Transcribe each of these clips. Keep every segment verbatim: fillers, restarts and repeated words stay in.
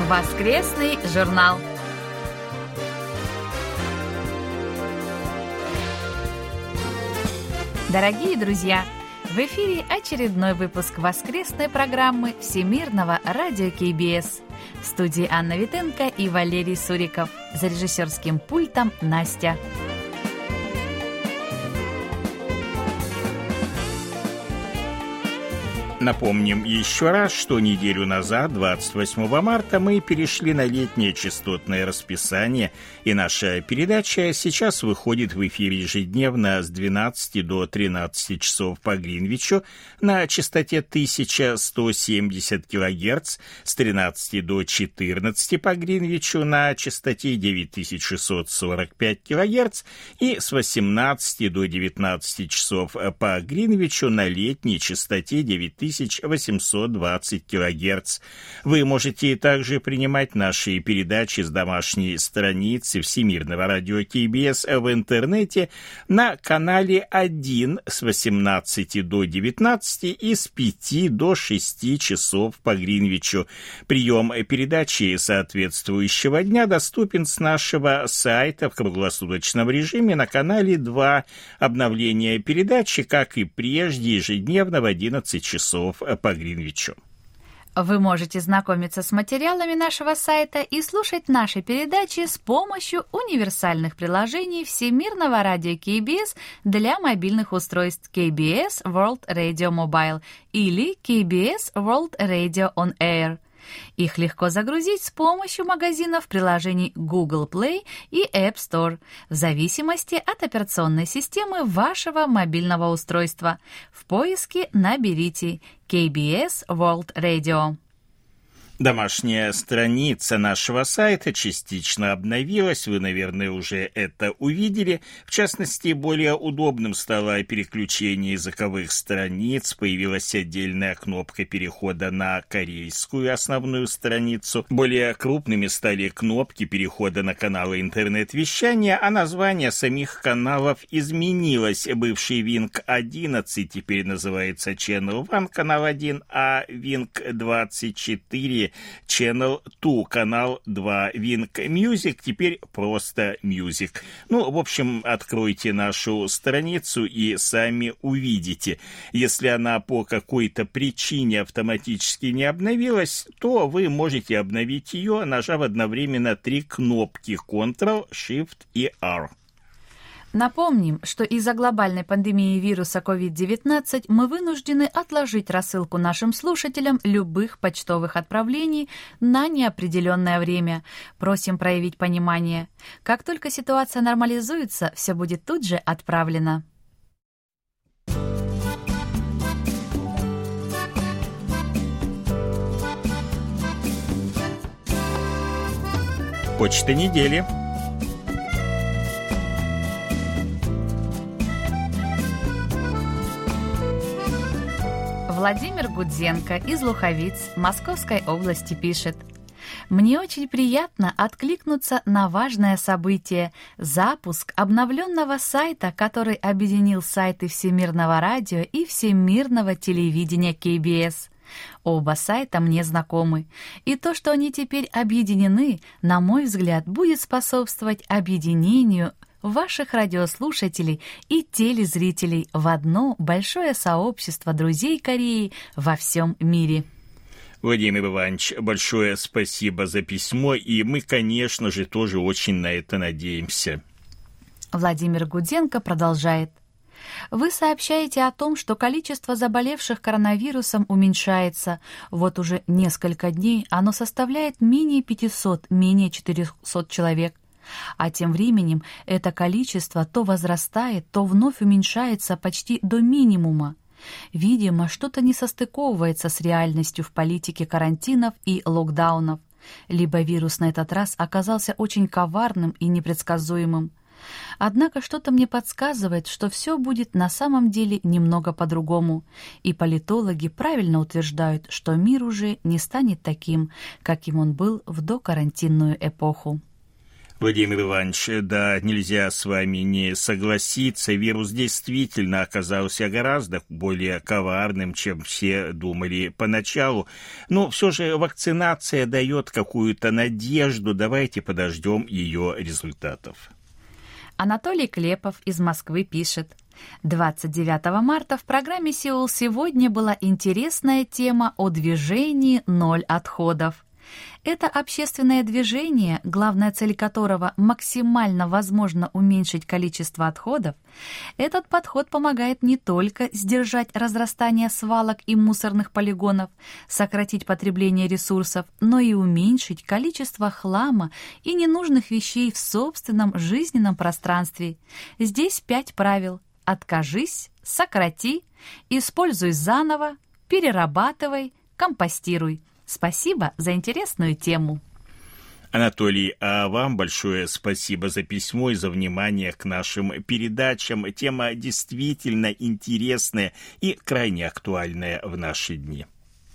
Воскресный журнал. Дорогие друзья, в эфире очередной выпуск воскресной программы Всемирного радио кей би эс. В студии Анна Витенко и Валерий Суриков. За режиссерским пультом Настя. Напомним еще раз, что неделю назад, двадцать восьмого марта, мы перешли на летнее частотное расписание, и наша передача сейчас выходит в эфир ежедневно с двенадцати до тринадцати часов по Гринвичу на частоте тысяча сто семьдесят килогерц, с тринадцати до четырнадцати по Гринвичу на частоте девять тысяч шестьсот сорок пять килогерц и с восемнадцати до девятнадцати часов по Гринвичу на летней частоте девять тысяч восемьсот двадцать килогерц. Вы можете также принимать наши передачи с домашней страницы Всемирного радио кей би эс в интернете на канале один с восемнадцати до девятнадцати и с пяти до шести часов по Гринвичу. Прием передачи соответствующего дня доступен с нашего сайта в круглосуточном режиме на канале два. Обновление передачи, как и прежде, ежедневно в одиннадцать часов по Гринвичу. Вы можете знакомиться с материалами нашего сайта и слушать наши передачи с помощью универсальных приложений Всемирного радио кей би эс для мобильных устройств кей би эс World Radio Mobile или кей би эс World Radio On Air. Их легко загрузить с помощью магазинов приложений Google Play и App Store, в зависимости от операционной системы вашего мобильного устройства. В поиске наберите кей би эс World Radio. Домашняя страница нашего сайта частично обновилась, вы, наверное, уже это увидели. В частности, более удобным стало переключение языковых страниц, появилась отдельная кнопка перехода на корейскую основную страницу, более крупными стали кнопки перехода на каналы интернет-вещания, а название самих каналов изменилось. Бывший Винг одиннадцать теперь называется Channel один, канал один, а Винг двадцать четыре Channel два, канал два, Wing Music, теперь просто Music. Ну, в общем, откройте нашу страницу и сами увидите. Если она по какой-то причине автоматически не обновилась, то вы можете обновить ее, нажав одновременно три кнопки контрол, шифт и ар. Напомним, что из-за глобальной пандемии вируса ковид девятнадцать мы вынуждены отложить рассылку нашим слушателям любых почтовых отправлений на неопределенное время. Просим проявить понимание. Как только ситуация нормализуется, все будет тут же отправлено. Почта недели. Владимир Гудзенко из Луховиц Московской области пишет: «Мне очень приятно откликнуться на важное событие – запуск обновленного сайта, который объединил сайты Всемирного радио и Всемирного телевидения кей би эс. Оба сайта мне знакомы, и то, что они теперь объединены, на мой взгляд, будет способствовать объединению ваших радиослушателей и телезрителей в одно большое сообщество друзей Кореи во всем мире». Владимир Иванович, большое спасибо за письмо, и мы, конечно же, тоже очень на это надеемся. Владимир Гудзенко продолжает. Вы сообщаете о том, что количество заболевших коронавирусом уменьшается. Вот уже несколько дней оно составляет менее пятисот, менее четырехсот человек. А тем временем это количество то возрастает, то вновь уменьшается почти до минимума. Видимо, что-то не состыковывается с реальностью в политике карантинов и локдаунов. Либо вирус на этот раз оказался очень коварным и непредсказуемым. Однако что-то мне подсказывает, что все будет на самом деле немного по-другому, и политологи правильно утверждают, что мир уже не станет таким, каким он был в докарантинную эпоху. Владимир Иванович, да, нельзя с вами не согласиться. Вирус действительно оказался гораздо более коварным, чем все думали поначалу. Но все же вакцинация дает какую-то надежду. Давайте подождем ее результатов. Анатолий Клепов из Москвы пишет. двадцать девятого марта в программе «Сеул сегодня» была интересная тема о движении «Ноль отходов». Это общественное движение, главная цель которого максимально возможно уменьшить количество отходов, этот подход помогает не только сдержать разрастание свалок и мусорных полигонов, сократить потребление ресурсов, но и уменьшить количество хлама и ненужных вещей в собственном жизненном пространстве. Здесь пять правил. Откажись, сократи, используй заново, перерабатывай, компостируй. Спасибо за интересную тему. Анатолий, а вам большое спасибо за письмо и за внимание к нашим передачам. Тема действительно интересная и крайне актуальная в наши дни.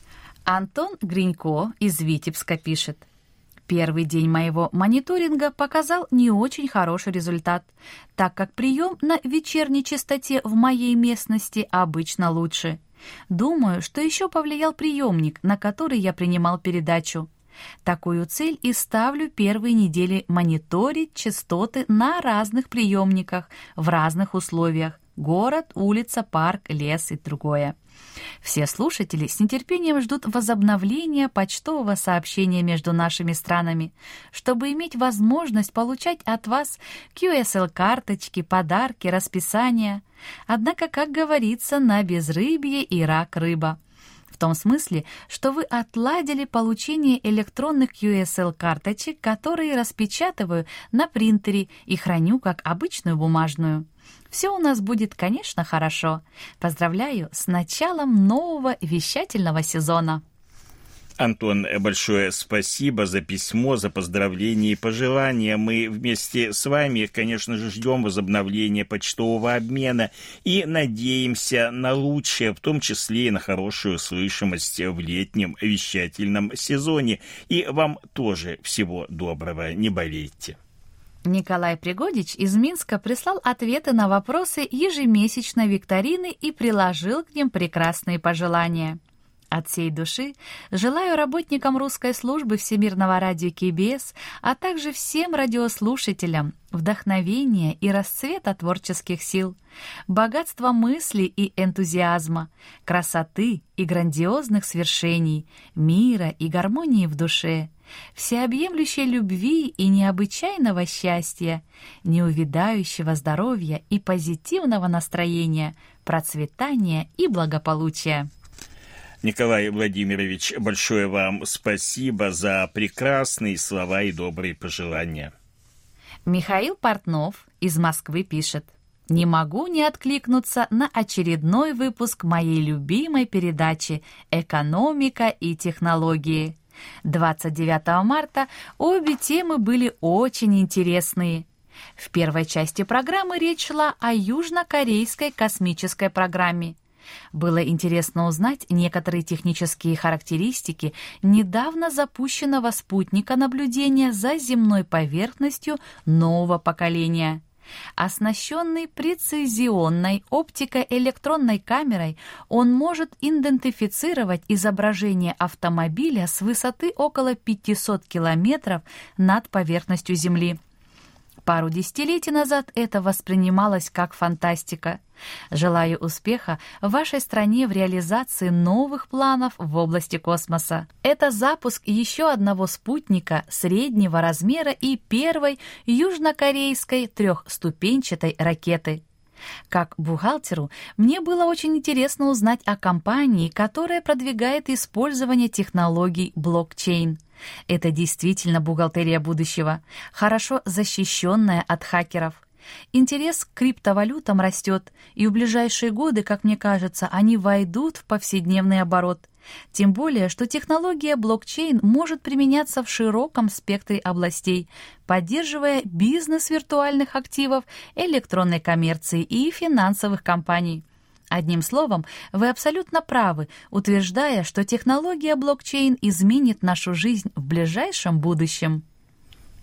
Антон Гринько из Витебска пишет. Первый день моего мониторинга показал не очень хороший результат, так как прием на вечерней частоте в моей местности обычно лучше. Думаю, что еще повлиял приемник, на который я принимал передачу. Такую цель и ставлю первые недели мониторить частоты на разных приемниках, в разных условиях – город, улица, парк, лес и другое. Все слушатели с нетерпением ждут возобновления почтового сообщения между нашими странами, чтобы иметь возможность получать от вас кью эс эл-карточки, подарки, расписания. Однако, как говорится, на безрыбье и рак рыба. В том смысле, что вы отладили получение электронных кью эс эл-карточек, которые распечатываю на принтере и храню как обычную бумажную. Все у нас будет, конечно, хорошо. Поздравляю с началом нового вещательного сезона. Антон, большое спасибо за письмо, за поздравления и пожелания. Мы вместе с вами, конечно же, ждем возобновления почтового обмена и надеемся на лучшее, в том числе и на хорошую слышимость в летнем вещательном сезоне. И вам тоже всего доброго, не болейте. Николай Пригодич из Минска прислал ответы на вопросы ежемесячной викторины и приложил к ним прекрасные пожелания. От всей души желаю работникам русской службы Всемирного радио ка бэ эс, а также всем радиослушателям вдохновения и расцвета творческих сил, богатства мысли и энтузиазма, красоты и грандиозных свершений, мира и гармонии в душе, всеобъемлющей любви и необычайного счастья, неувядающего здоровья и позитивного настроения, процветания и благополучия. Николай Владимирович, большое вам спасибо за прекрасные слова и добрые пожелания. Михаил Портнов из Москвы пишет. Не могу не откликнуться на очередной выпуск моей любимой передачи «Экономика и технологии». двадцать девятого марта обе темы были очень интересные. В первой части программы речь шла о южнокорейской космической программе. Было интересно узнать некоторые технические характеристики недавно запущенного спутника наблюдения за земной поверхностью нового поколения. Оснащенный прецизионной оптико-электронной камерой, он может идентифицировать изображение автомобиля с высоты около пятьсот километров над поверхностью Земли. Пару десятилетий назад это воспринималось как фантастика. Желаю успеха вашей стране в реализации новых планов в области космоса. Это запуск еще одного спутника среднего размера и первой южнокорейской трехступенчатой ракеты. Как бухгалтеру, мне было очень интересно узнать о компании, которая продвигает использование технологий блокчейн. Это действительно бухгалтерия будущего, хорошо защищенная от хакеров. Интерес к криптовалютам растет, и в ближайшие годы, как мне кажется, они войдут в повседневный оборот. Тем более, что технология блокчейн может применяться в широком спектре областей, поддерживая бизнес виртуальных активов, электронной коммерции и финансовых компаний. Одним словом, вы абсолютно правы, утверждая, что технология блокчейн изменит нашу жизнь в ближайшем будущем.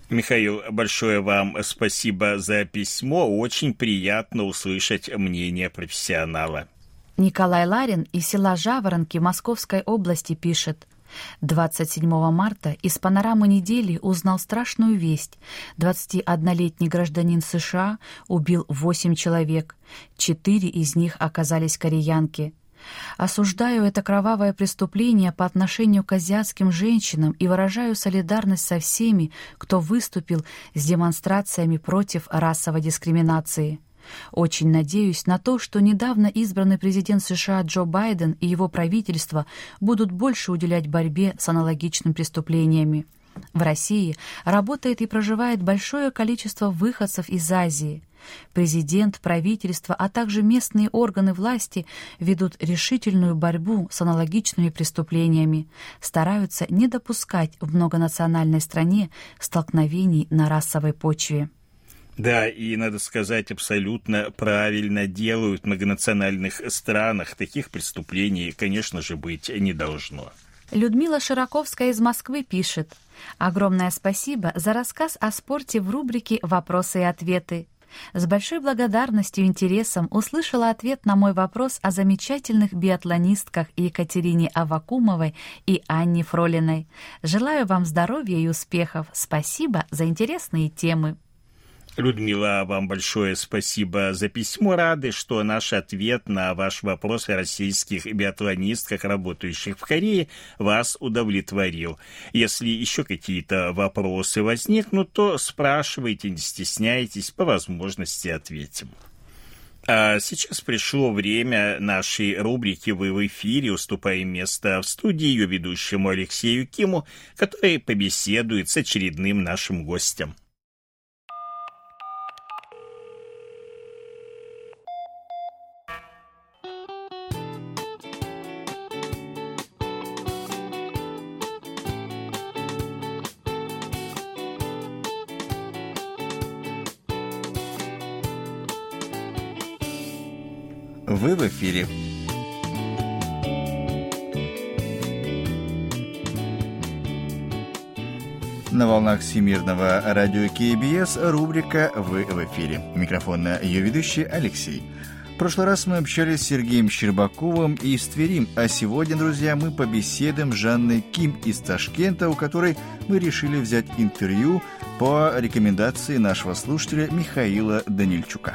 Михаил, большое вам спасибо за письмо. Очень приятно услышать мнение профессионала. Николай Ларин из села Жаворонки Московской области пишет. двадцать седьмого марта из панорамы недели узнал страшную весть. двадцатиоднолетний гражданин США убил восемь человек. Четыре из них оказались кореянки. Осуждаю это кровавое преступление по отношению к азиатским женщинам и выражаю солидарность со всеми, кто выступил с демонстрациями против расовой дискриминации. Очень надеюсь на то, что недавно избранный президент США Джо Байден и его правительство будут больше уделять борьбе с аналогичными преступлениями. В России работает и проживает большое количество выходцев из Азии. Президент, правительство, а также местные органы власти ведут решительную борьбу с аналогичными преступлениями, стараются не допускать в многонациональной стране столкновений на расовой почве. Да, и, надо сказать, абсолютно правильно делают в многонациональных странах. Таких преступлений, конечно же, быть не должно. Людмила Широковская из Москвы пишет. Огромное спасибо за рассказ о спорте в рубрике «Вопросы и ответы». С большой благодарностью и интересом услышала ответ на мой вопрос о замечательных биатлонистках Екатерине Аввакумовой и Анне Фролиной. Желаю вам здоровья и успехов. Спасибо за интересные темы. Людмила, вам большое спасибо за письмо. Рады, что наш ответ на ваш вопрос о российских биатлонистках, работающих в Корее, вас удовлетворил. Если еще какие-то вопросы возникнут, то спрашивайте, не стесняйтесь, по возможности ответим. А сейчас пришло время нашей рубрики «Вы в эфире». Уступаем место в студии ее ведущему Алексею Киму, который побеседует с очередным нашим гостем. Вы в эфире. На волнах Всемирного радио Кей Би Эс рубрика «Вы в эфире». Микрофон на ее ведущий Алексей. В прошлый раз мы общались с Сергеем Щербаковым из Твери, а сегодня, друзья, мы побеседуем с Жанной Ким из Ташкента, у которой мы решили взять интервью по рекомендации нашего слушателя Михаила Данильчука.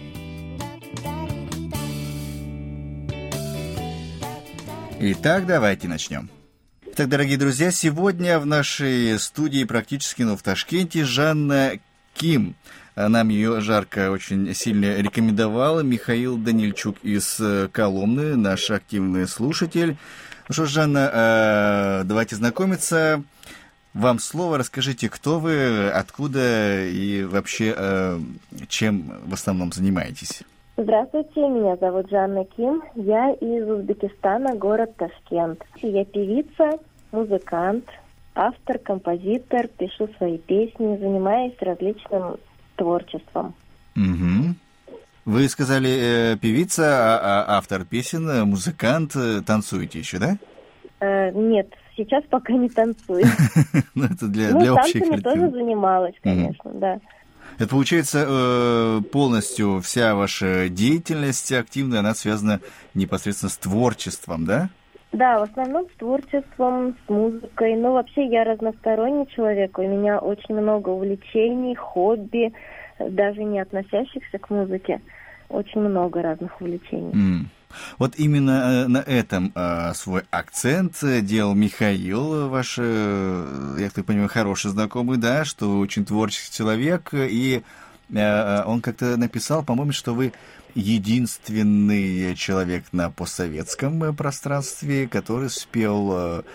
Итак, давайте начнем. Так, дорогие друзья, сегодня в нашей студии практически, ну, в Ташкенте, Жанна Ким. Нам ее жарко очень сильно рекомендовала. Михаил Данильчук из Коломны, наш активный слушатель. Ну что ж, Жанна, давайте знакомиться. Вам слово, расскажите, кто вы, откуда и вообще чем в основном занимаетесь? Здравствуйте, меня зовут Жанна Ким, я из Узбекистана, город Ташкент. Я певица, музыкант, автор, композитор, пишу свои песни, занимаюсь различным творчеством. Угу. Вы сказали э, певица, а, а автор песен, музыкант, танцуете еще, да? Э, нет, сейчас пока не танцую. Ну, это для Ну, общей танцами тоже занималась, конечно, да. Это получается полностью вся ваша деятельность активная, она связана непосредственно с творчеством, да? Да, в основном с творчеством, с музыкой. Ну, вообще я разносторонний человек, у меня очень много увлечений, хобби, даже не относящихся к музыке. Очень много разных увлечений. Mm. Вот именно на этом а, свой акцент делал Михаил, ваш, я так понимаю, хороший знакомый, да, что вы очень творческий человек, и а, он как-то написал, по-моему, что вы единственный человек на постсоветском пространстве, который спел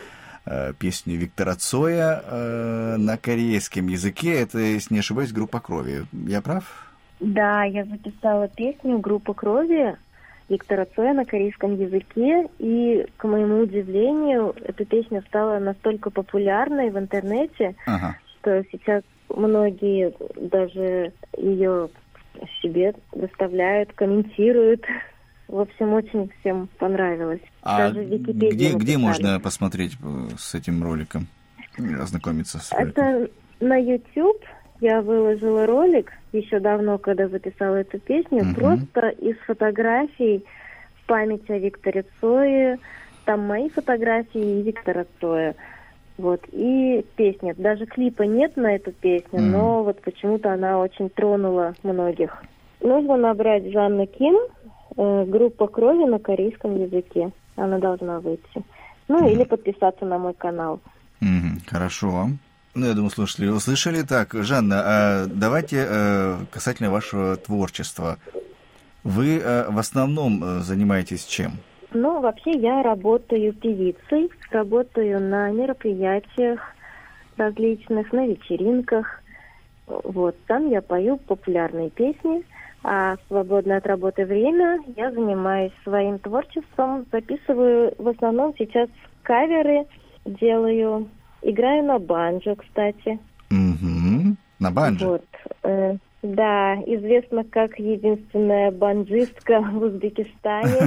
а, песню Виктора Цоя а, на корейском языке. Это, если не ошибаюсь, «Группа крови». Я прав? Да, я записала песню «Группа крови» Виктора Цоя на корейском языке, и, к моему удивлению, эта песня стала настолько популярной в интернете, ага. что сейчас многие даже ее себе доставляют, комментируют. В общем, очень всем понравилось. А даже в Википедии где, где можно посмотреть с этим роликом, ознакомиться с роликом? Это на YouTube я выложила ролик еще давно, когда записала эту песню, uh-huh. просто из фотографий в память о Викторе Цое. Там мои фотографии и Виктора Цоя. Вот, и песня. Даже клипа нет на эту песню, uh-huh. но вот почему-то она очень тронула многих. Нужно набрать Жанна Ким, э, группа крови на корейском языке. Она должна выйти. Ну, uh-huh. или подписаться на мой канал. Uh-huh. Хорошо. Ну, я думаю, слушатели услышали. Так, Жанна, а давайте э, касательно вашего творчества. Вы э, в основном э, занимаетесь чем? Ну, вообще я работаю певицей, работаю на мероприятиях различных, на вечеринках. Вот, там я пою популярные песни, а в свободное от работы время я занимаюсь своим творчеством, записываю в основном сейчас каверы, делаю... Играю на банджо, кстати. Угу. На банджо? Вот. Э, да, известна как единственная банджистка в Узбекистане.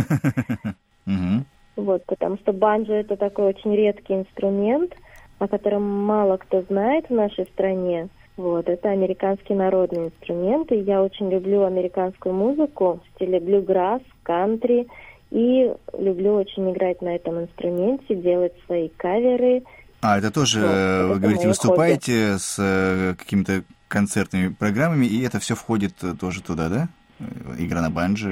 Вот, потому что банджо — это такой очень редкий инструмент, о котором мало кто знает в нашей стране. Вот, это американский народный инструмент, и я очень люблю американскую музыку в стиле блюграсс, кантри, и люблю очень играть на этом инструменте, делать свои каверы. А, это тоже, вот, вы это говорите, выступаете хобби. С э, какими-то концертными программами, и это все входит тоже туда, да? Игра на банджо?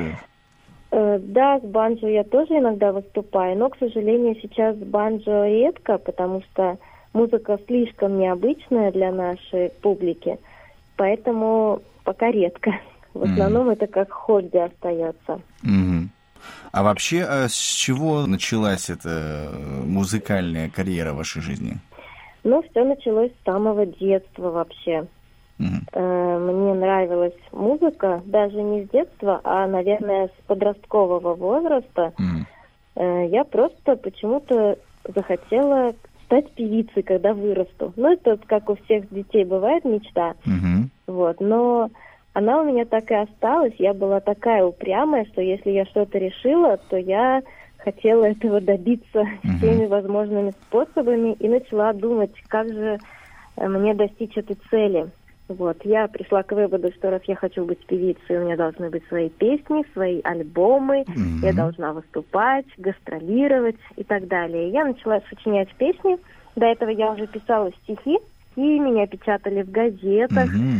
Э, да, с банджо я тоже иногда выступаю, но, к сожалению, сейчас банджо редко, потому что музыка слишком необычная для нашей публики, поэтому пока редко. В основном mm. это как хобби остается. Mm-hmm. А вообще, а с чего началась эта музыкальная карьера в вашей жизни? Ну, все началось с самого детства вообще. Mm-hmm. Мне нравилась музыка, даже не с детства, а, наверное, с подросткового возраста. Mm-hmm. Я просто почему-то захотела стать певицей, когда вырасту. Ну, это как у всех детей бывает мечта. Mm-hmm. Вот, но... Она у меня так и осталась. Я была такая упрямая, что если я что-то решила, то я хотела этого добиться uh-huh. всеми возможными способами и начала думать, как же мне достичь этой цели. Вот. Я пришла к выводу, что раз я хочу быть певицей, у меня должны быть свои песни, свои альбомы, uh-huh. я должна выступать, гастролировать и так далее. Я начала сочинять песни. До этого я уже писала стихи, и меня печатали в газетах. Uh-huh.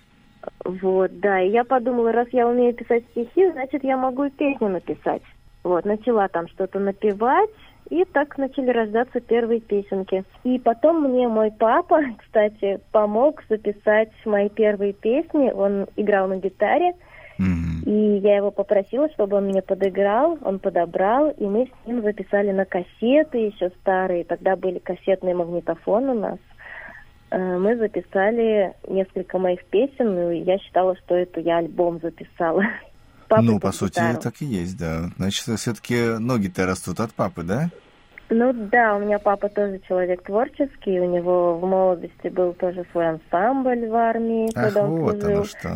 Вот, да, и я подумала, раз я умею писать стихи, значит, я могу и песню написать. Вот, начала там что-то напевать, и так начали рождаться первые песенки. И потом мне мой папа, кстати, помог записать мои первые песни. Он играл на гитаре, mm-hmm. и я его попросила, чтобы он мне подыграл, он подобрал, и мы с ним записали на кассеты еще старые. Тогда были кассетные магнитофоны у нас. Мы записали несколько моих песен, ну, и я считала, что это я альбом записала. Папа ну, по сути, гитару. Так и есть, да. Значит, все-таки ноги-то растут от папы, да? Ну да, у меня папа тоже человек творческий, у него в молодости был тоже свой ансамбль в армии, Ах, когда он вот служил. Оно что.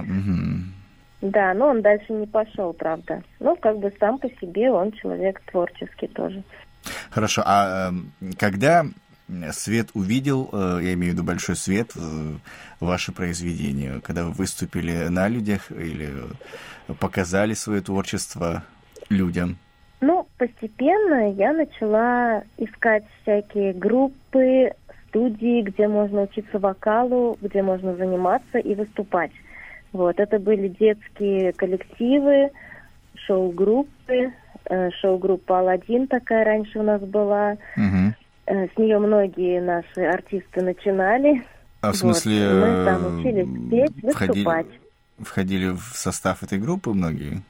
Угу. Да, но он дальше не пошел, правда. Ну, как бы сам по себе он человек творческий тоже. Хорошо, а когда... свет увидел, я имею в виду большой свет, ваше произведение, когда вы выступили на людях или показали свое творчество людям? Ну, постепенно я начала искать всякие группы, студии, где можно учиться вокалу, где можно заниматься и выступать. Вот, это были детские коллективы, шоу-группы, шоу-группа «Аладдин» такая раньше у нас была. Угу. С нее многие наши артисты начинали. А в смысле, вот. Мы там учились петь, выступать. Входили, входили в состав этой группы многие?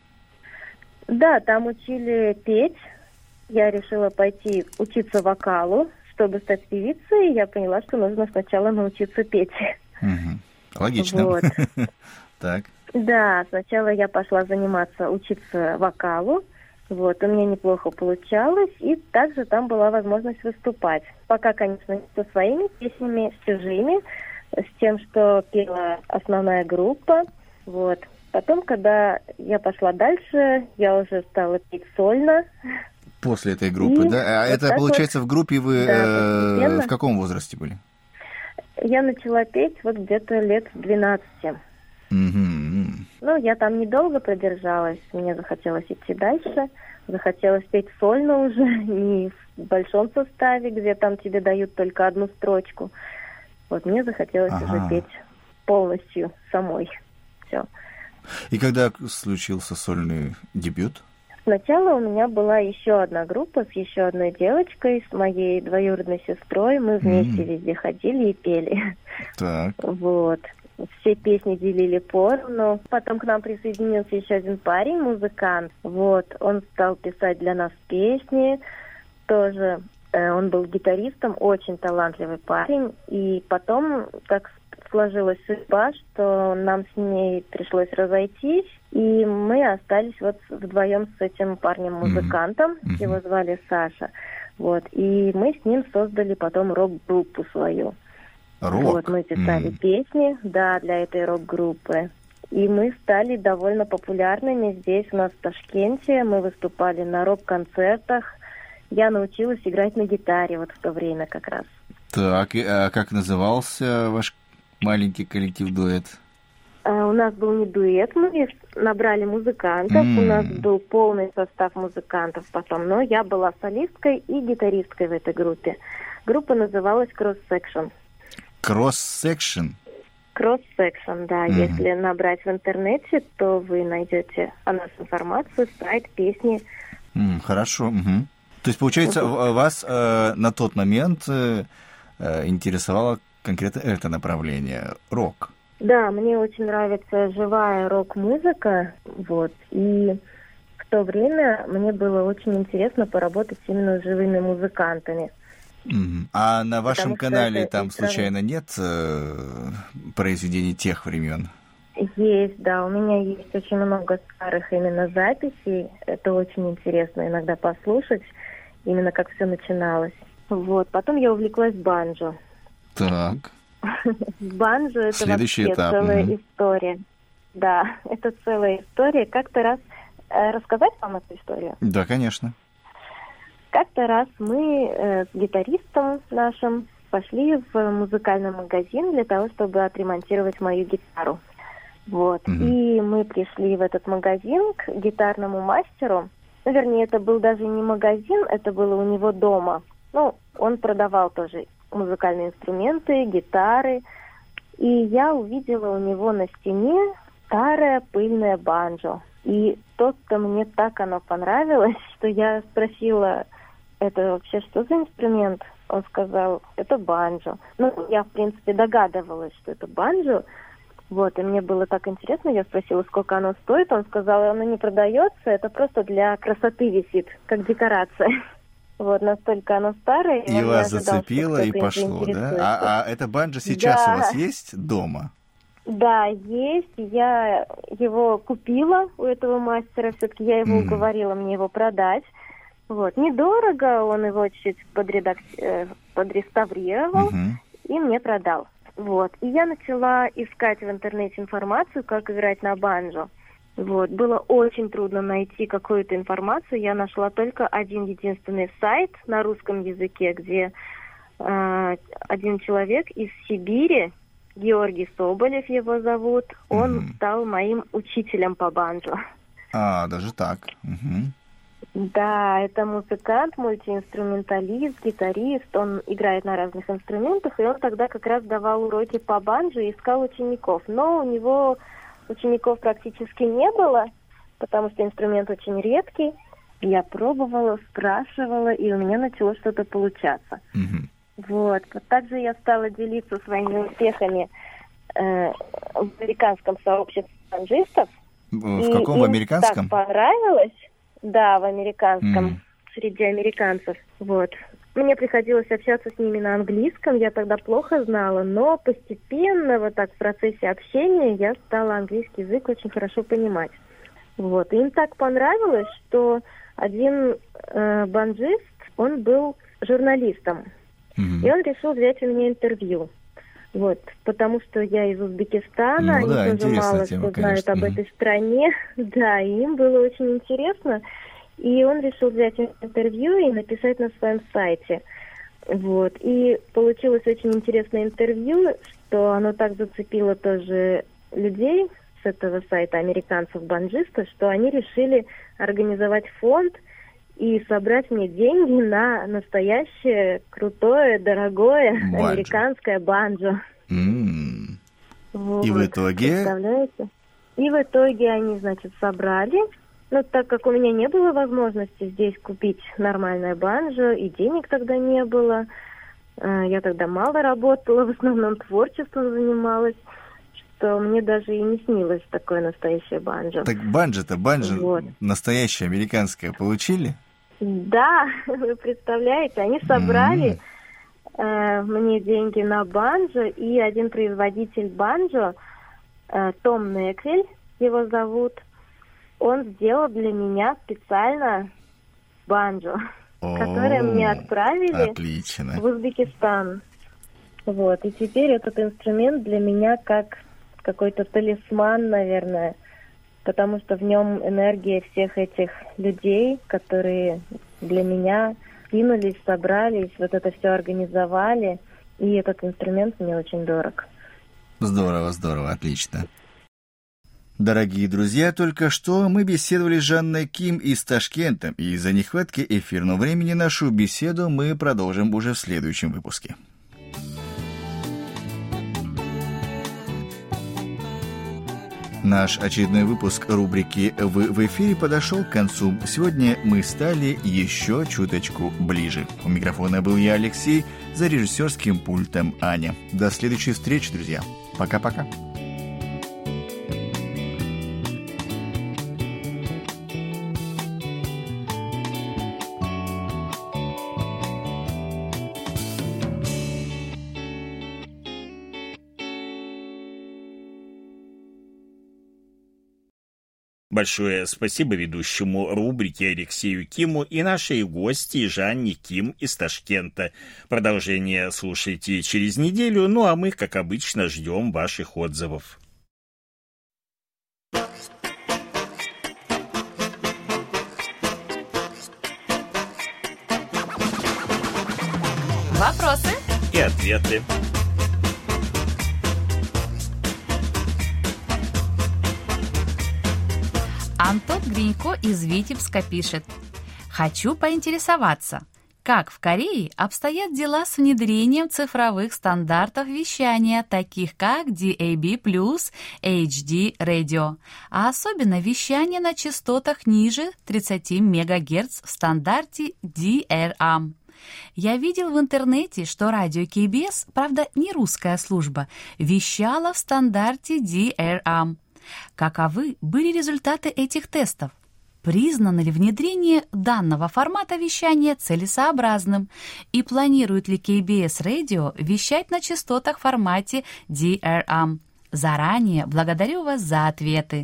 Да, там учили петь. Я решила пойти учиться вокалу, чтобы стать певицей. Я поняла, что нужно сначала научиться петь. Угу. Логично. Вот. Так. Да, сначала я пошла заниматься, учиться вокалу. Вот, у меня неплохо получалось, и также там была возможность выступать. Пока, конечно, не со своими песнями, с чужими, с тем, что пела основная группа. Вот. Потом, когда я пошла дальше, я уже стала петь сольно. После этой группы, и да? А вот это, получается, вот, в группе вы да, э, в каком возрасте были? Я начала петь вот где-то лет в двенадцати. Mm-hmm. Ну, я там недолго продержалась, мне захотелось идти дальше, захотелось петь сольно уже, не в большом составе, где там тебе дают только одну строчку. Вот мне захотелось ага. уже петь полностью самой. Все. И когда случился сольный дебют? Сначала у меня была еще одна группа с еще одной девочкой, с моей двоюродной сестрой. Мы вместе mm-hmm. везде ходили и пели. Так. Вот. Все песни делили поровну. Потом к нам присоединился еще один парень, музыкант. Вот. Он стал писать для нас песни. Тоже э, он был гитаристом, очень талантливый парень. И потом так сложилась судьба, что нам с ней пришлось разойтись. И мы остались вот вдвоем с этим парнем-музыкантом. Mm-hmm. Его звали Саша. Вот. И мы с ним создали потом рок-группу свою. Рок? Вот, мы писали mm. песни, да, для этой рок-группы. И мы стали довольно популярными здесь, у нас в Ташкенте. Мы выступали на рок-концертах. Я научилась играть на гитаре вот в то время как раз. Так, а как назывался ваш маленький коллектив-дуэт? А, у нас был не дуэт, мы набрали музыкантов. Mm. У нас был полный состав музыкантов потом. Но я была солисткой и гитаристкой в этой группе. Группа называлась Cross Section. Cross-section? Cross-section, да. Mm-hmm. Если набрать в интернете, то вы найдете о нас информацию, сайт, песни. Mm, хорошо. Mm-hmm. То есть, получается, mm-hmm. вас э, на тот момент э, интересовало конкретно это направление, рок? Да, мне очень нравится живая рок-музыка, вот. И в то время мне было очень интересно поработать именно с живыми музыкантами. Mm-hmm. А на вашем Потому канале там случайно нет э, произведений тех времен? Есть, да. У меня есть очень много старых именно записей. Это очень интересно иногда послушать, именно как все начиналось. Вот. Потом я увлеклась банджо. Так. Банджо — это Следующий вообще этап. целая Угу. история. Да, это целая история. Как-то раз э, рассказать вам эту историю? Да, конечно. Как-то раз мы э, с гитаристом нашим пошли в музыкальный магазин для того, чтобы отремонтировать мою гитару. Вот. Mm-hmm. И мы пришли в этот магазин к гитарному мастеру. Ну, вернее, это был даже не магазин, это было у него дома. Ну, он продавал тоже музыкальные инструменты, гитары. И я увидела у него на стене старое пыльное банджо. И то-то мне так оно понравилось, что я спросила: это вообще что за инструмент? Он сказал: это банджо. Ну, я, в принципе, догадывалась, что это банджо. Вот, и мне было так интересно, я спросила, сколько оно стоит. Он сказал: оно не продается, это просто для красоты висит, как декорация. Вот, настолько оно старое. И вас зацепило, и пошло, да? А, а это банджо сейчас да. у вас есть дома? Да, есть. Я его купила у этого мастера. Все-таки я его mm. уговорила мне его продать. Вот. Недорого, он его чуть подредак... подреставрировал uh-huh. и мне продал. Вот. И я начала искать в интернете информацию, как играть на банджо. Вот. Было очень трудно найти какую-то информацию. Я нашла только один единственный сайт на русском языке, где э, один человек из Сибири, Георгий Соболев его зовут, он uh-huh. стал моим учителем по банджо. А, даже так. Uh-huh. Да, это музыкант, мультиинструменталист, гитарист, он играет на разных инструментах, и он тогда как раз давал уроки по банджо и искал учеников. Но у него учеников практически не было, потому что инструмент очень редкий. Я пробовала, спрашивала, и у меня начало что-то получаться. Mm-hmm. Вот. Вот также я стала делиться своими успехами э, в американском сообществе банджистов. В и каком? В американском? Так понравилось. Да, в американском, mm. среди американцев. Вот. Мне приходилось общаться с ними на английском, я тогда плохо знала, но постепенно, вот так в процессе общения, я стала английский язык очень хорошо понимать. Вот. И им так понравилось, что один э, банджист, он был журналистом, mm-hmm. и он решил взять у меня интервью. Вот, потому что я из Узбекистана, ну, они да, тоже мало тема, что знают об этой стране, да, и им было очень интересно, и он решил взять интервью и написать на своем сайте. Вот. И получилось очень интересное интервью, что оно так зацепило тоже людей с этого сайта, американцев-банджистов, что они решили организовать фонд и собрать мне деньги на настоящее, крутое, дорогое банджо. Американское банджо. Mm. Вот. И в итоге? Представляете? И в итоге они, значит, собрали. Но так как у меня не было возможности здесь купить нормальное банджо, и денег тогда не было, я тогда мало работала, в основном творчеством занималась, что мне даже и не снилось такое настоящее банджо. Так банджо-то, банджо вот. Настоящее американское получили? Да, вы представляете, они собрали mm. э, мне деньги на банджо, и один производитель банджо, э, Том Неквель, его зовут, он сделал для меня специально банджо, О, которое мне отправили отлично. в Узбекистан. Вот, и теперь этот инструмент для меня как какой-то талисман, наверное, потому что в нем энергия всех этих людей, которые для меня кинулись, собрались, вот это все организовали, и этот инструмент мне очень дорог. Здорово, здорово, отлично. Дорогие друзья, только что мы беседовали с Жанной Ким из Ташкента, и из-за нехватки эфирного времени нашу беседу мы продолжим уже в следующем выпуске. Наш очередной выпуск рубрики «Вы в эфире» подошел к концу. Сегодня мы стали еще чуточку ближе. У микрофона был я, Алексей, за режиссерским пультом Аня. До следующей встречи, друзья. Пока-пока. Большое спасибо ведущему рубрики Алексею Киму и нашей гости Жанне Ким из Ташкента. Продолжение слушайте через неделю, ну а мы, как обычно, ждем ваших отзывов. Вопросы и ответы. Антон Гринько из Витебска пишет: «Хочу поинтересоваться, как в Корее обстоят дела с внедрением цифровых стандартов вещания, таких как ди эй би плюс, эйч ди Radio, а особенно вещание на частотах ниже тридцать мегагерц в стандарте ди эр ам. Я видел в интернете, что радио кей би эс, правда не русская служба, вещала в стандарте ди эр ам. Каковы были результаты этих тестов? Признано ли внедрение данного формата вещания целесообразным? И планирует ли кей би эс Radio вещать на частотах в формате ди эр ам? Заранее благодарю вас за ответы.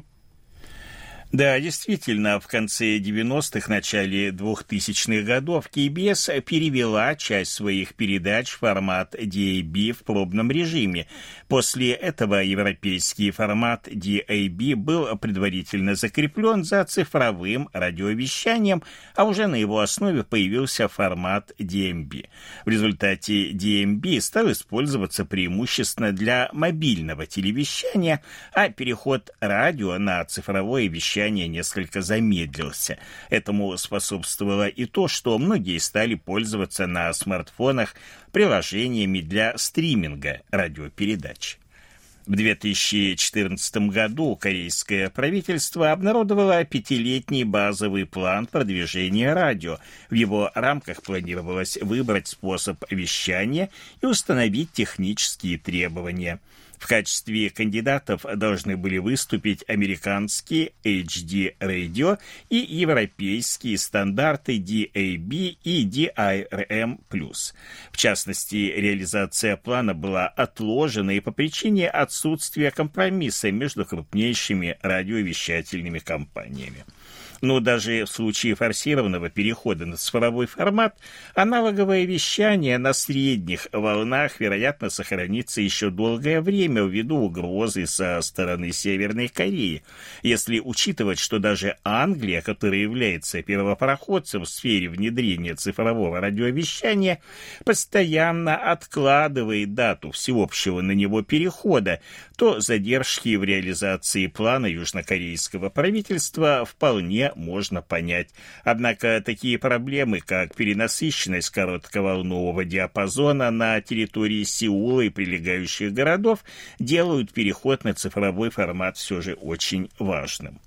Да, действительно, в конце девяностых, начале двухтысячных годов кей би эс перевела часть своих передач в формат ди эй би в пробном режиме. После этого европейский формат ди эй би был предварительно закреплен за цифровым радиовещанием, а уже на его основе появился формат ди эм би. В результате ди эм би стал использоваться преимущественно для мобильного телевещания, а переход радио на цифровое вещание несколько замедлился. Этому способствовало и то, что многие стали пользоваться на смартфонах приложениями для стриминга радиопередач. В две тысячи четырнадцатом году корейское правительство обнародовало пятилетний базовый план продвижения радио. В его рамках планировалось выбрать способ вещания и установить технические требования. В качестве кандидатов должны были выступить американские эйч ди Radio и европейские стандарты ди эй би и ди эй ар эм плюс. В частности, реализация плана была отложена и по причине отсутствия компромисса между крупнейшими радиовещательными компаниями. Но даже в случае форсированного перехода на цифровой формат аналоговое вещание на средних волнах, вероятно, сохранится еще долгое время, время ввиду угрозы со стороны Северной Кореи. Если учитывать, что даже Англия, которая является первопроходцем в сфере внедрения цифрового радиовещания, постоянно откладывает дату всеобщего на него перехода, то задержки в реализации плана южнокорейского правительства вполне можно понять. Однако такие проблемы, как перенасыщенность коротковолнового диапазона на территории Сеула и прилегающих городов, делают переход на цифровой формат все же очень важным.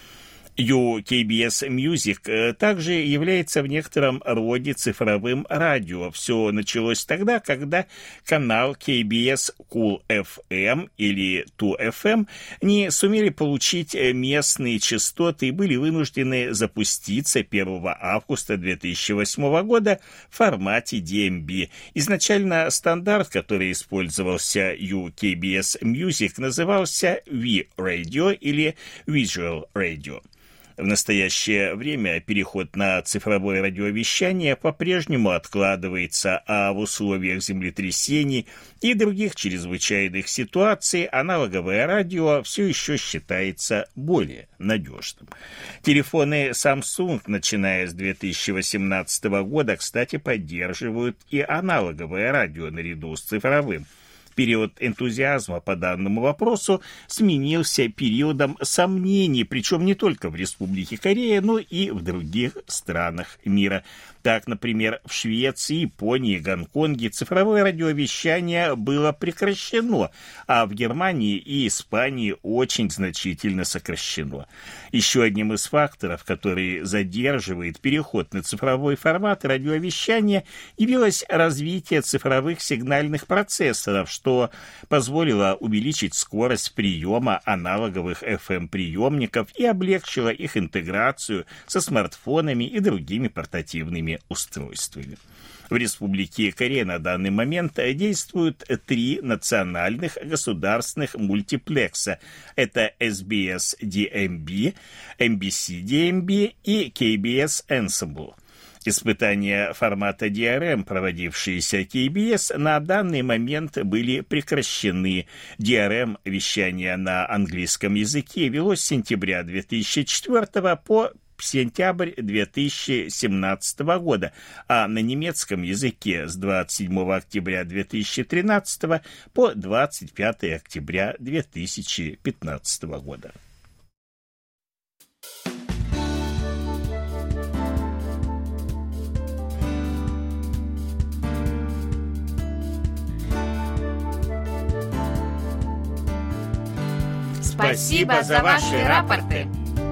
ю кей би эс Music также является в некотором роде цифровым радио. Все началось тогда, когда канал кей би эс Cool эф эм или ту эф эм не сумели получить местные частоты и были вынуждены запуститься первого августа две тысячи восьмого года в формате ди эм би. Изначально стандарт, который использовался ю кей би эс Music, назывался V-Radio или Visual Radio. В настоящее время переход на цифровое радиовещание по-прежнему откладывается, а в условиях землетрясений и других чрезвычайных ситуаций аналоговое радио все еще считается более надежным. Телефоны Samsung, начиная с две тысячи восемнадцатого года, кстати, поддерживают и аналоговое радио наряду с цифровым. Период энтузиазма по данному вопросу сменился периодом сомнений, причем не только в Республике Корея, но и в других странах мира. Так, например, в Швеции, Японии, Гонконге цифровое радиовещание было прекращено, а в Германии и Испании очень значительно сокращено. Еще одним из факторов, который задерживает переход на цифровой формат радиовещания, явилось развитие цифровых сигнальных процессоров, что позволило увеличить скорость приема аналоговых эф эм-приемников и облегчило их интеграцию со смартфонами и другими портативными устройствами. В Республике Корея на данный момент действуют три национальных государственных мультиплекса. Это эс би эс ди эм би, эм би си ди эм би и кей би эс Ensemble. Испытания формата ди ар эм, проводившиеся кей би эс, на данный момент были прекращены. ди ар эм вещание на английском языке велось с сентября две тысячи четвёртого по сентябрь две тысячи семнадцатого года, а на немецком языке с двадцать седьмого октября две тысячи тринадцатого по двадцать пятого октября две тысячи пятнадцатого года. Спасибо за ваши рапорты.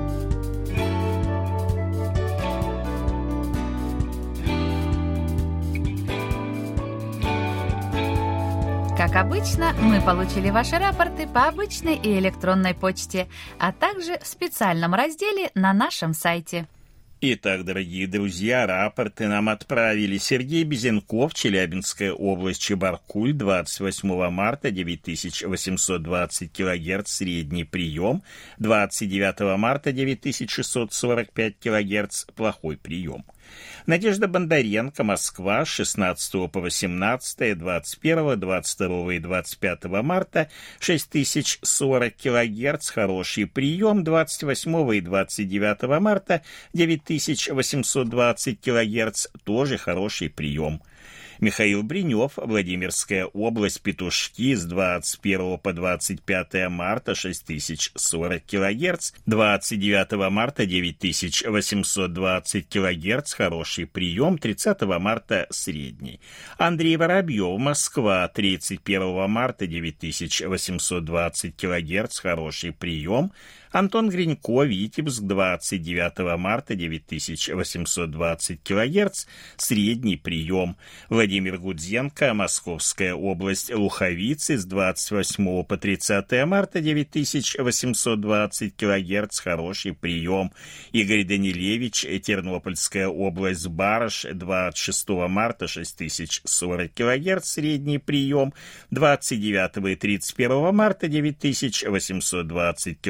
Как обычно, мы получили ваши рапорты по обычной и электронной почте, а также в специальном разделе на нашем сайте. Итак, дорогие друзья, рапорты нам отправили Сергей Безенков, Челябинская область, Чебаркуль, двадцать восьмого марта, девять тысяч восемьсот двадцать килогерц, средний прием, двадцать девятого марта, девять тысяч шестьсот сорок пять килогерц, плохой прием. Надежда Бондаренко, Москва, с шестнадцатого по восемнадцатое, двадцать первого, двадцать второго и двадцать пятого марта, шесть тысяч сорок килогерц, хороший прием, двадцать восьмого и двадцать девятого марта, девять тысяч восемьсот двадцать килогерц, тоже хороший прием. Михаил Бринев, Владимирская область, Петушки, с двадцать первого по двадцать пятое марта, шесть тысяч сорок килогерц, двадцать девятого марта, девять тысяч восемьсот двадцать килогерц, хороший прием, тридцатого марта, средний. Андрей Воробьев, Москва, тридцать первого марта, девять тысяч восемьсот двадцать килогерц, хороший прием. Антон Гринько, Витебск, двадцать девятого марта, девять тысяч восемьсот двадцать килогерц, средний прием. Владимир Гудзенко, Московская область, Луховицы, с двадцать восьмого по тридцатое марта, девять тысяч восемьсот двадцать килогерц, хороший прием. Игорь Данилевич, Тернопольская область, Барыш, двадцать шестого марта, шесть тысяч сорок килогерц, средний прием. двадцать девятого и тридцать первого марта, девять тысяч восемьсот двадцать килогерц,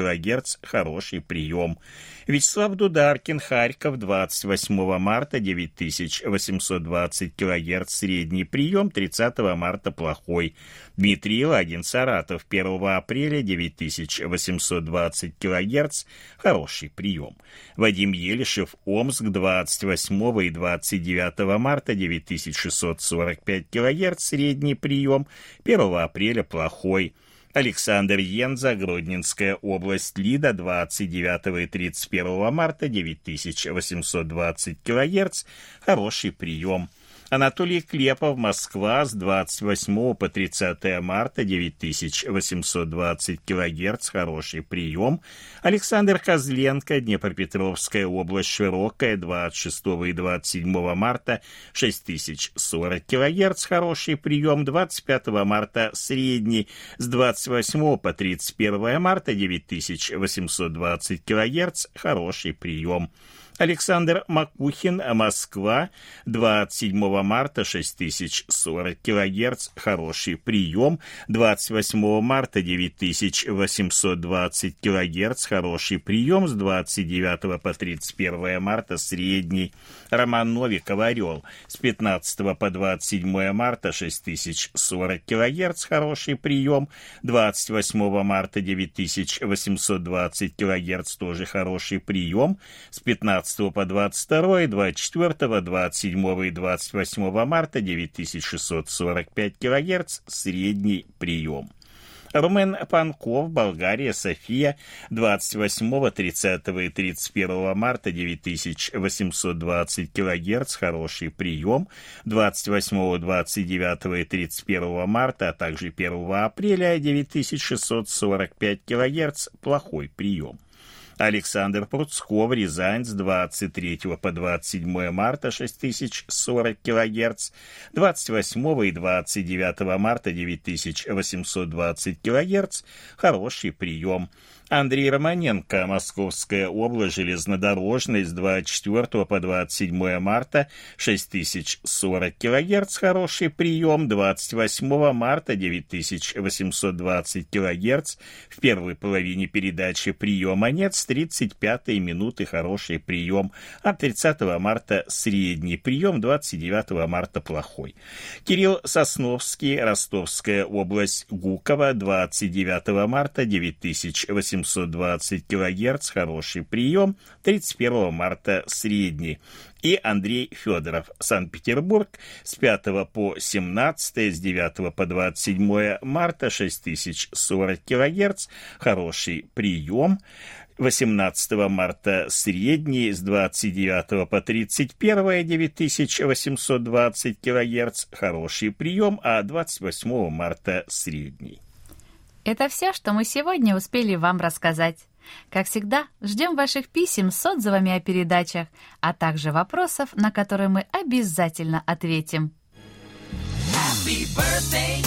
килогерц, хороший прием. Вячеслав Дударкин, Харьков, двадцать восьмого марта, девять тысяч восемьсот двадцать килогерц, средний прием, тридцатого марта плохой. Дмитрий Лагин, Саратов, первого апреля, девять тысяч восемьсот двадцать килогерц, хороший прием. Вадим Елишев, Омск, двадцать восьмого и двадцать девятого марта, девять тысяч шестьсот сорок пять килогерц, средний прием, первого апреля плохой. Александр Енза, Гродненская область, Лида, двадцать девятого и тридцать первого марта, девять тысяч восемьсот двадцать килогерц, хороший прием. Анатолий Клепов, Москва, с двадцать восьмого по тридцатое марта, девять тысяч восемьсот двадцать килогерц, хороший прием. Александр Козленко, Днепропетровская область, Широкая, двадцать шестого и двадцать седьмого марта, шесть тысяч сорок килогерц, хороший прием. двадцать пятого марта, средний, с двадцать восьмого по тридцать первое марта, девять тысяч восемьсот двадцать килогерц, хороший прием. Александр Макухин, Москва, двадцать седьмого марта, шесть тысяч сорок килогерц, хороший прием. двадцать восьмого марта, девять тысяч восемьсот двадцать килогерц, хороший прием. С двадцать девятого по тридцать первое марта, средний. Роман Новиков, Орел, с пятнадцатого по двадцать седьмое марта, шесть тысяч сорок килогерц, хороший прием. двадцать восьмого марта, девять тысяч восемьсот двадцать килогерц, тоже хороший прием. С пятнадцатого по двадцать второе, двадцать четвёртого, двадцать седьмого и двадцать восьмого марта, девять тысяч шестьсот сорок пять килогерц, средний прием. Румен Панков, Болгария, София, двадцать восьмого, тридцатого и тридцать первого марта, девять тысяч восемьсот двадцать килогерц, хороший прием. двадцать восьмого, двадцать девятого и тридцать первого марта, а также первого апреля, девять тысяч шестьсот сорок пять килогерц, плохой прием. Александр Пруцков, Рязань, с двадцать третьего по двадцать седьмое марта, шесть тысяч сорок килогерц, двадцать восьмого и двадцать девятого марта, девять тысяч восемьсот двадцать килогерц, хороший прием. Андрей Романенко, Московская область, железнодорожный, с двадцать четвёртого по двадцать седьмое марта, шесть тысяч сорок килогерц, хороший прием. двадцать восьмого марта, девять тысяч восемьсот двадцать килогерц, в первой половине передачи приема нет, с тридцать пятой минуты хороший прием, а тридцатого марта средний прием, двадцать девятого марта плохой. Кирилл Сосновский, Ростовская область, Гуково, двадцать девятого марта, девять тысяч восемьсот двадцать килогерц, хороший прием, тридцать первого марта средний. И Андрей Федоров, Санкт-Петербург, с пятого по семнадцатое, с девятого по двадцать седьмое марта, шесть тысяч сорок килогерц, хороший прием. восемнадцатого марта средний, с двадцать девятого по тридцать первое, девять тысяч восемьсот двадцать килогерц, хороший прием, а двадцать восьмого марта средний. Это все, что мы сегодня успели вам рассказать. Как всегда, ждем ваших писем с отзывами о передачах, а также вопросов, на которые мы обязательно ответим. Happy birthday.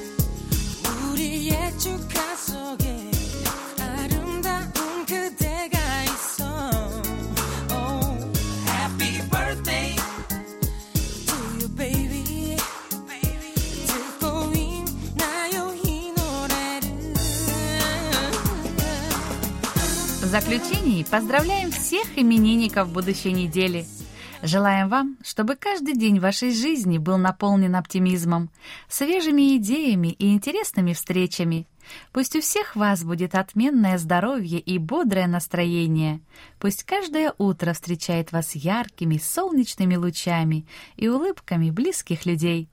В заключении поздравляем всех именинников будущей недели. Желаем вам, чтобы каждый день вашей жизни был наполнен оптимизмом, свежими идеями и интересными встречами. Пусть у всех вас будет отменное здоровье и бодрое настроение. Пусть каждое утро встречает вас яркими солнечными лучами и улыбками близких людей.